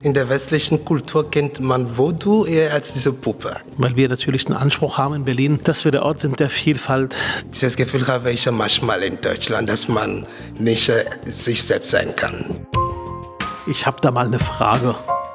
In der westlichen Kultur kennt man Voodoo eher als diese Puppe. Weil wir natürlich einen Anspruch haben in Berlin, dass wir der Ort sind der Vielfalt. Dieses Gefühl habe ich ja manchmal in Deutschland, dass man nicht sich selbst sein kann. Ich habe da mal eine Frage.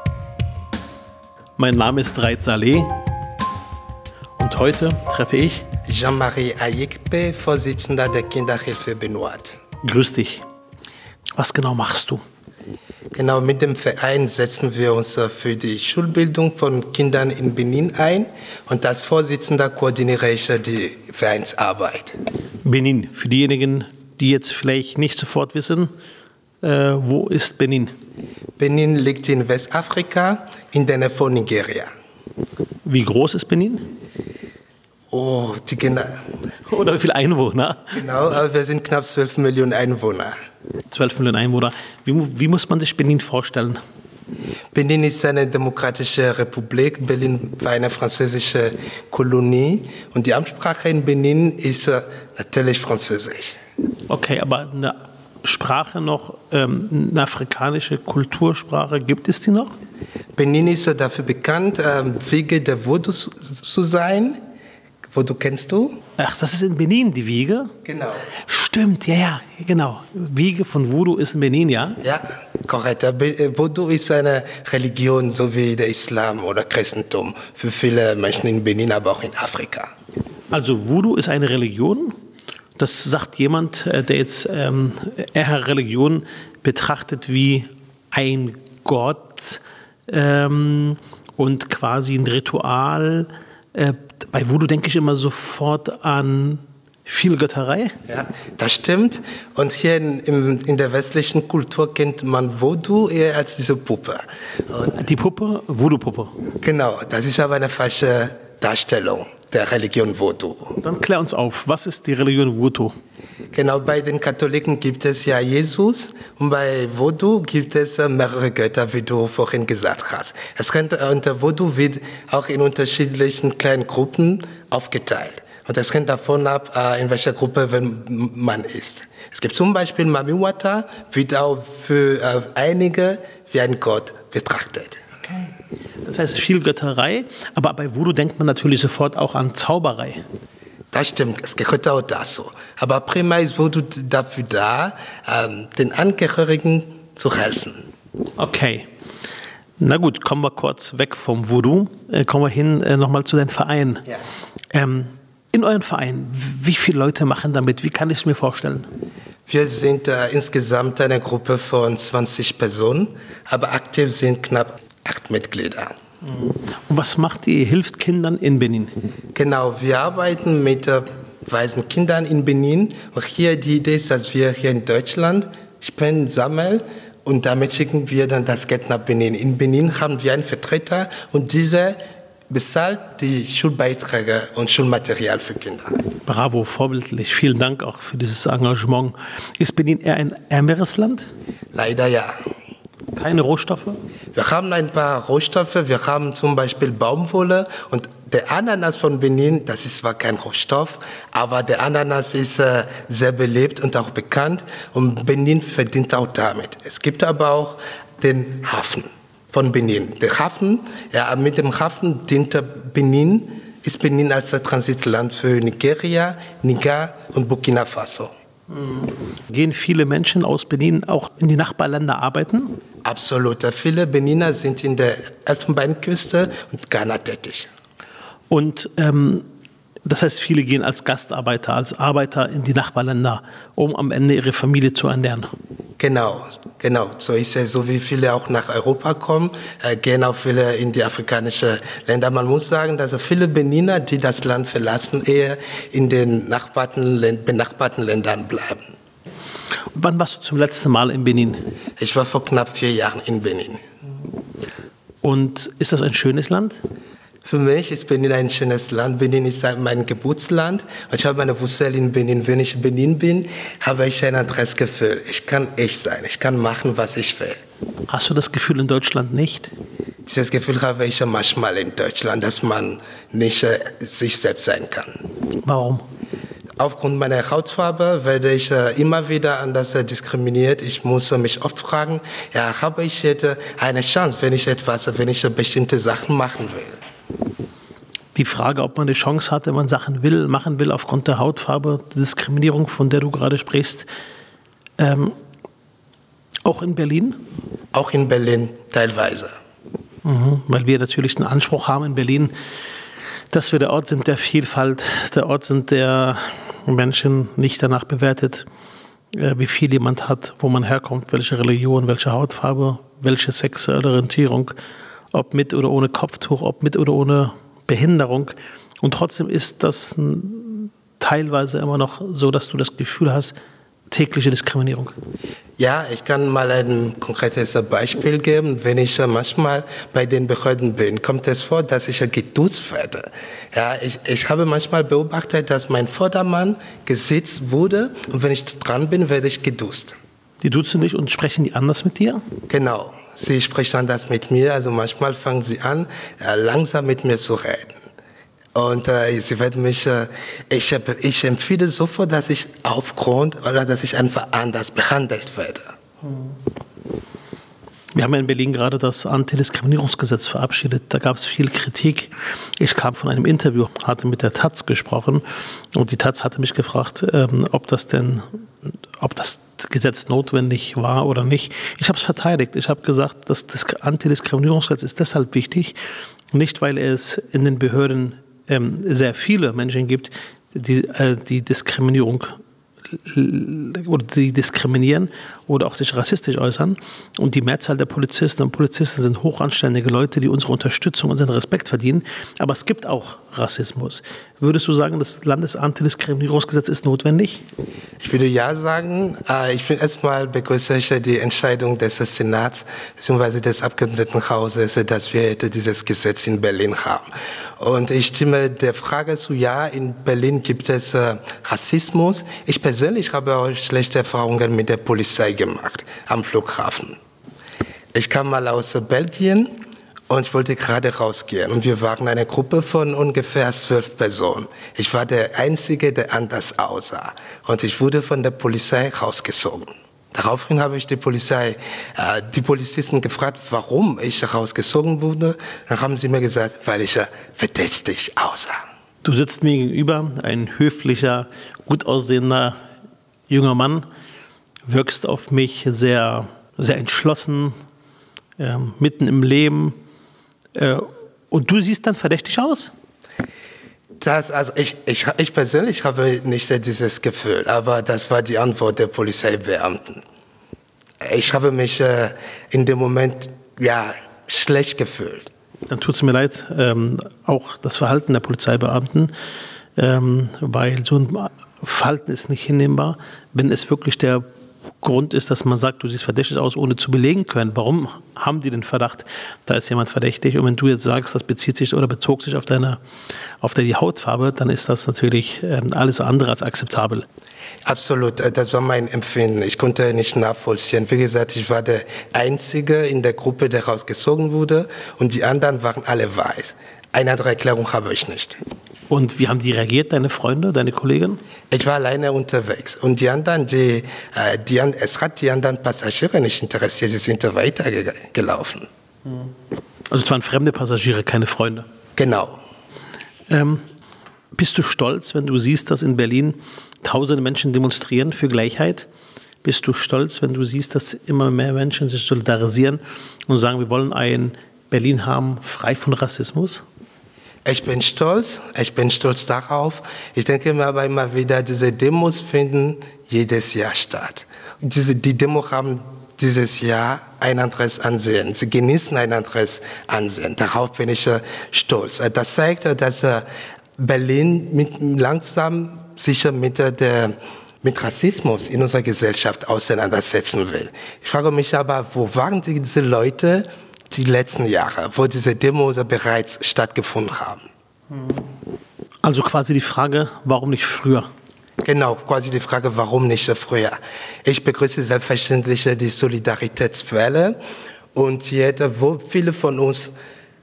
Mein Name ist Reit Saleh und heute treffe ich Jean-Marie Ayekpe, Vorsitzender der Kinderhilfe Benoit. Grüß dich. Was genau machst du? Genau, mit dem Verein setzen wir uns für die Schulbildung von Kindern in Benin ein und als Vorsitzender koordiniere ich die Vereinsarbeit. Benin, für diejenigen, die jetzt vielleicht nicht sofort wissen, wo ist Benin? Benin liegt in Westafrika, in der Nähe von Nigeria. Wie groß ist Benin? Oh, Oder wie viele Einwohner? Genau, aber wir sind knapp 12 Millionen Einwohner. 12 Millionen Einwohner. Wie muss man sich Benin vorstellen? Benin ist eine demokratische Republik. Benin war eine französische Kolonie und die Amtssprache in Benin ist natürlich Französisch. Okay, aber eine Sprache noch, eine afrikanische Kultursprache, gibt es die noch? Benin ist dafür bekannt, Wiege der Voodoo zu sein. Voodoo kennst du? Ach, das ist in Benin, die Wiege? Genau. Stimmt, ja, genau. Wiege von Voodoo ist in Benin, ja? Ja, korrekt. Voodoo ist eine Religion, so wie der Islam oder Christentum, für viele Menschen in Benin, aber auch in Afrika. Also Voodoo ist eine Religion? Das sagt jemand, der jetzt eher Religion betrachtet wie ein Gott und quasi ein Ritual. Bei Voodoo denke ich immer sofort an viel Götterei. Ja, das stimmt. Und hier in der westlichen Kultur kennt man Voodoo eher als diese Puppe. Und die Puppe, Voodoo-Puppe. Genau, das ist aber eine falsche Darstellung der Religion Voodoo. Dann klär uns auf, was ist die Religion Voodoo? Genau, bei den Katholiken gibt es ja Jesus und bei Voodoo gibt es mehrere Götter, wie du vorhin gesagt hast. Unter Voodoo wird auch in unterschiedlichen kleinen Gruppen aufgeteilt. Und es hängt davon ab, in welcher Gruppe man ist. Es gibt zum Beispiel Mami Wata, wird auch für einige wie ein Gott betrachtet. Okay. Das heißt viel Götterei, aber bei Voodoo denkt man natürlich sofort auch an Zauberei. Das stimmt, es gehört auch dazu. Aber prima ist Voodoo dafür da, den Angehörigen zu helfen. Okay. Na gut, kommen wir kurz weg vom Voodoo. Kommen wir hin nochmal zu deinem Verein. Ja. In eurem Verein, wie viele Leute machen damit? Wie kann ich es mir vorstellen? Wir sind insgesamt eine Gruppe von 20 Personen, aber aktiv sind knapp 8 Mitglieder. Und was macht ihr? Ihr hilft Kindern in Benin? Genau, wir arbeiten mit weisen Kindern in Benin. Und hier die Idee ist, dass wir hier in Deutschland Spenden sammeln und damit schicken wir dann das Geld nach Benin. In Benin haben wir einen Vertreter und dieser bezahlt die Schulbeiträge und Schulmaterial für Kinder. Bravo, vorbildlich. Vielen Dank auch für dieses Engagement. Ist Benin eher ein ärmeres Land? Leider ja. Keine Rohstoffe? Wir haben ein paar Rohstoffe. Wir haben zum Beispiel Baumwolle und der Ananas von Benin, das ist zwar kein Rohstoff, aber der Ananas ist sehr beliebt und auch bekannt und Benin verdient auch damit. Es gibt aber auch den Hafen von Benin. Der Hafen, ja, mit dem Hafen dient Benin, ist Benin als Transitland für Nigeria, Niger und Burkina Faso. Gehen viele Menschen aus Benin auch in die Nachbarländer arbeiten? Absolut. Viele Beniner sind in der Elfenbeinküste und Ghana tätig. Und das heißt, viele gehen als Gastarbeiter, als Arbeiter in die Nachbarländer, um am Ende ihre Familie zu ernähren. Genau. So ist es. So wie viele auch nach Europa kommen, gehen auch viele in die afrikanischen Länder. Man muss sagen, dass viele Beniner, die das Land verlassen, eher in den benachbarten Ländern bleiben. Wann warst du zum letzten Mal in Benin? Ich war vor knapp 4 Jahren in Benin. Und ist das ein schönes Land? Für mich ist Benin ein schönes Land. Benin ist mein Geburtsland. Und ich habe meine Wurzeln in Benin. Wenn ich in Benin bin, habe ich ein anderes Gefühl. Ich kann ich sein. Ich kann machen, was ich will. Hast du das Gefühl in Deutschland nicht? Dieses Gefühl habe ich ja manchmal in Deutschland, dass man nicht sich selbst sein kann. Warum? Aufgrund meiner Hautfarbe werde ich immer wieder anders diskriminiert. Ich muss mich oft fragen, ja, habe ich jetzt eine Chance, wenn ich bestimmte Sachen machen will? Die Frage, ob man eine Chance hat, wenn man Sachen machen will, aufgrund der Hautfarbe, der Diskriminierung, von der du gerade sprichst, auch in Berlin? Auch in Berlin teilweise. Weil wir natürlich einen Anspruch haben in Berlin, dass wir der Ort sind der Vielfalt, der Ort sind, der Menschen nicht danach bewertet, wie viel jemand hat, wo man herkommt, welche Religion, welche Hautfarbe, welche sexuelle Orientierung, ob mit oder ohne Kopftuch, ob mit oder ohne Behinderung. Und trotzdem ist das teilweise immer noch so, dass du das Gefühl hast, tägliche Diskriminierung. Ja, ich kann mal ein konkretes Beispiel geben. Wenn ich manchmal bei den Behörden bin, kommt es vor, dass ich geduzt werde. Ja, ich habe manchmal beobachtet, dass mein Vordermann gesitzt wurde und wenn ich dran bin, werde ich geduzt. Die duzen dich und sprechen die anders mit dir? Genau, sie sprechen anders mit mir. Also manchmal fangen sie an, langsam mit mir zu reden. Und sie werden mich, ich empfehle sofort, dass ich dass ich einfach anders behandelt werde. Wir haben ja in Berlin gerade das Antidiskriminierungsgesetz verabschiedet. Da gab es viel Kritik. Ich kam von einem Interview, hatte mit der Taz gesprochen und die Taz hatte mich gefragt, ob das Gesetz notwendig war oder nicht. Ich habe es verteidigt. Ich habe gesagt, das Antidiskriminierungsgesetz ist deshalb wichtig, nicht weil es in den Behörden sehr viele Menschen gibt, die Diskriminierung oder die diskriminieren oder auch sich rassistisch äußern. Und die Mehrzahl der Polizisten und Polizisten sind hochanständige Leute, die unsere Unterstützung, unseren Respekt verdienen. Aber es gibt auch Rassismus. Würdest du sagen, das Landesantidiskriminierungsgesetz ist notwendig? Ich würde ja sagen. Ich finde erstmal begrüße ich die Entscheidung des Senats bzw. des Abgeordnetenhauses, dass wir dieses Gesetz in Berlin haben. Und ich stimme der Frage zu, ja, in Berlin gibt es Rassismus. Ich persönlich habe auch schlechte Erfahrungen mit der Polizei gemacht am Flughafen. Ich kam mal aus Belgien und ich wollte gerade rausgehen. Und wir waren eine Gruppe von ungefähr 12 Personen. Ich war der Einzige, der anders aussah. Und ich wurde von der Polizei rausgezogen. Daraufhin habe ich die Polizisten gefragt, warum ich rausgezogen wurde. Dann haben sie mir gesagt, weil ich verdächtig aussah. Du sitzt mir gegenüber, ein höflicher, gut aussehender junger Mann, wirkst auf mich sehr, sehr entschlossen, mitten im Leben. Und du siehst dann verdächtig aus? Ich persönlich habe nicht dieses Gefühl, aber das war die Antwort der Polizeibeamten. Ich habe mich in dem Moment schlecht gefühlt. Dann tut es mir leid, auch das Verhalten der Polizeibeamten, weil so ein Verhalten ist nicht hinnehmbar, wenn es wirklich der Grund ist, dass man sagt, du siehst verdächtig aus, ohne zu belegen können. Warum haben die den Verdacht, da ist jemand verdächtig? Und wenn du jetzt sagst, das bezieht sich oder bezog sich auf die Hautfarbe, dann ist das natürlich alles andere als akzeptabel. Absolut, das war mein Empfinden. Ich konnte nicht nachvollziehen. Wie gesagt, ich war der Einzige in der Gruppe, der rausgezogen wurde und die anderen waren alle weiß. Eine andere Erklärung habe ich nicht. Und wie haben die reagiert, deine Freunde, deine Kollegen? Ich war alleine unterwegs und die anderen, es hat die anderen Passagiere nicht interessiert, sie sind weitergelaufen. Also es waren fremde Passagiere, keine Freunde? Genau. Bist du stolz, wenn du siehst, dass in Berlin tausende Menschen demonstrieren für Gleichheit? Bist du stolz, wenn du siehst, dass immer mehr Menschen sich solidarisieren und sagen, wir wollen ein Berlin haben, frei von Rassismus? Ich bin stolz darauf. Ich denke mir aber immer wieder, diese Demos finden jedes Jahr statt. Die Demos haben dieses Jahr ein anderes Ansehen. Sie genießen ein anderes Ansehen. Darauf bin ich stolz. Das zeigt, dass Berlin langsam sich mit Rassismus in unserer Gesellschaft auseinandersetzen will. Ich frage mich aber, wo waren diese Leute die letzten Jahre, wo diese Demos bereits stattgefunden haben? Also quasi die Frage, warum nicht früher? Genau, quasi die Frage, warum nicht früher. Ich begrüße selbstverständlich die Solidaritätswelle und wo viele von uns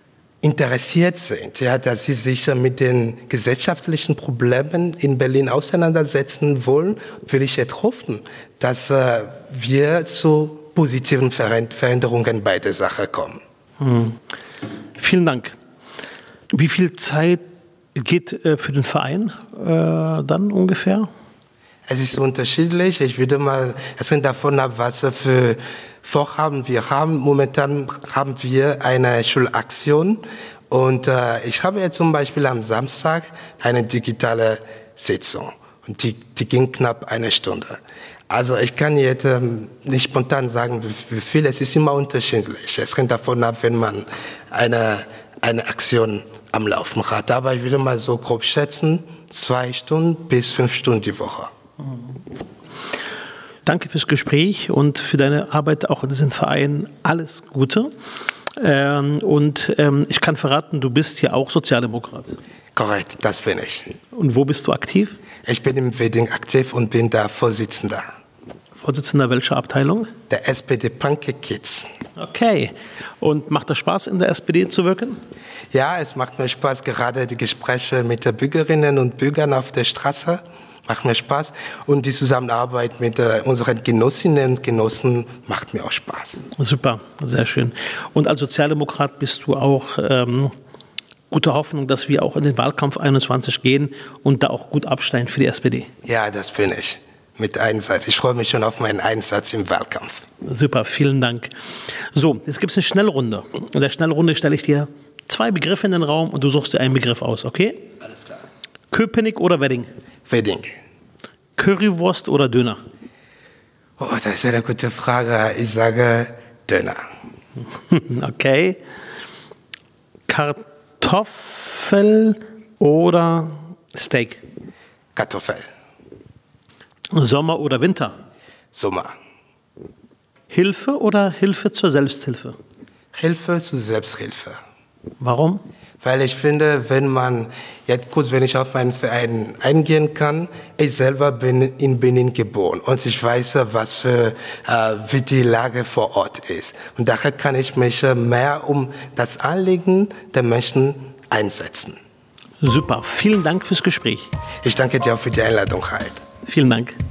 interessiert sind, ja, dass sie sich mit den gesellschaftlichen Problemen in Berlin auseinandersetzen wollen, will ich jetzt hoffen, dass wir zu positiven Veränderungen bei der Sache kommen. Vielen Dank. Wie viel Zeit geht für den Verein dann ungefähr? Es ist unterschiedlich. Es hängt davon ab, was für Vorhaben wir haben. Momentan haben wir eine Schulaktion und ich habe jetzt zum Beispiel am Samstag eine digitale Sitzung und die ging knapp eine Stunde. Also ich kann jetzt nicht spontan sagen, wie viel. Es ist immer unterschiedlich. Es hängt davon ab, wenn man eine Aktion am Laufen hat. Aber ich würde mal so grob schätzen, 2 Stunden bis 5 Stunden die Woche. Danke fürs Gespräch und für deine Arbeit auch in diesem Verein. Alles Gute. Ich kann verraten, du bist ja auch Sozialdemokrat. Korrekt, das bin ich. Und wo bist du aktiv? Ich bin im Wedding aktiv und bin da Vorsitzender. Vorsitzender welcher Abteilung? Der SPD Punky Kids. Okay. Und macht das Spaß, in der SPD zu wirken? Ja, es macht mir Spaß, gerade die Gespräche mit den Bürgerinnen und Bürgern auf der Straße. Macht mir Spaß. Und die Zusammenarbeit mit unseren Genossinnen und Genossen macht mir auch Spaß. Super, sehr schön. Und als Sozialdemokrat bist du auch gute Hoffnung, dass wir auch in den Wahlkampf 21 gehen und da auch gut abschneiden für die SPD? Ja, das bin ich. Mit Einsatz. Ich freue mich schon auf meinen Einsatz im Wahlkampf. Super, vielen Dank. So, jetzt gibt es eine Schnellrunde. In der Schnellrunde stelle ich dir 2 Begriffe in den Raum und du suchst dir einen Begriff aus, okay? Alles klar. Köpenick oder Wedding? Wedding. Currywurst oder Döner? Oh, das ist eine gute Frage. Ich sage Döner. Okay. Kartoffel oder Steak? Kartoffel. Sommer oder Winter? Sommer. Hilfe oder Hilfe zur Selbsthilfe? Hilfe zur Selbsthilfe. Warum? Weil ich finde, wenn ich auf meinen Verein eingehen kann, ich selber bin in Benin geboren und ich weiß, wie die Lage vor Ort ist. Und daher kann ich mich mehr um das Anliegen der Menschen einsetzen. Super, vielen Dank fürs Gespräch. Ich danke dir auch für die Einladung halt. Vielen Dank.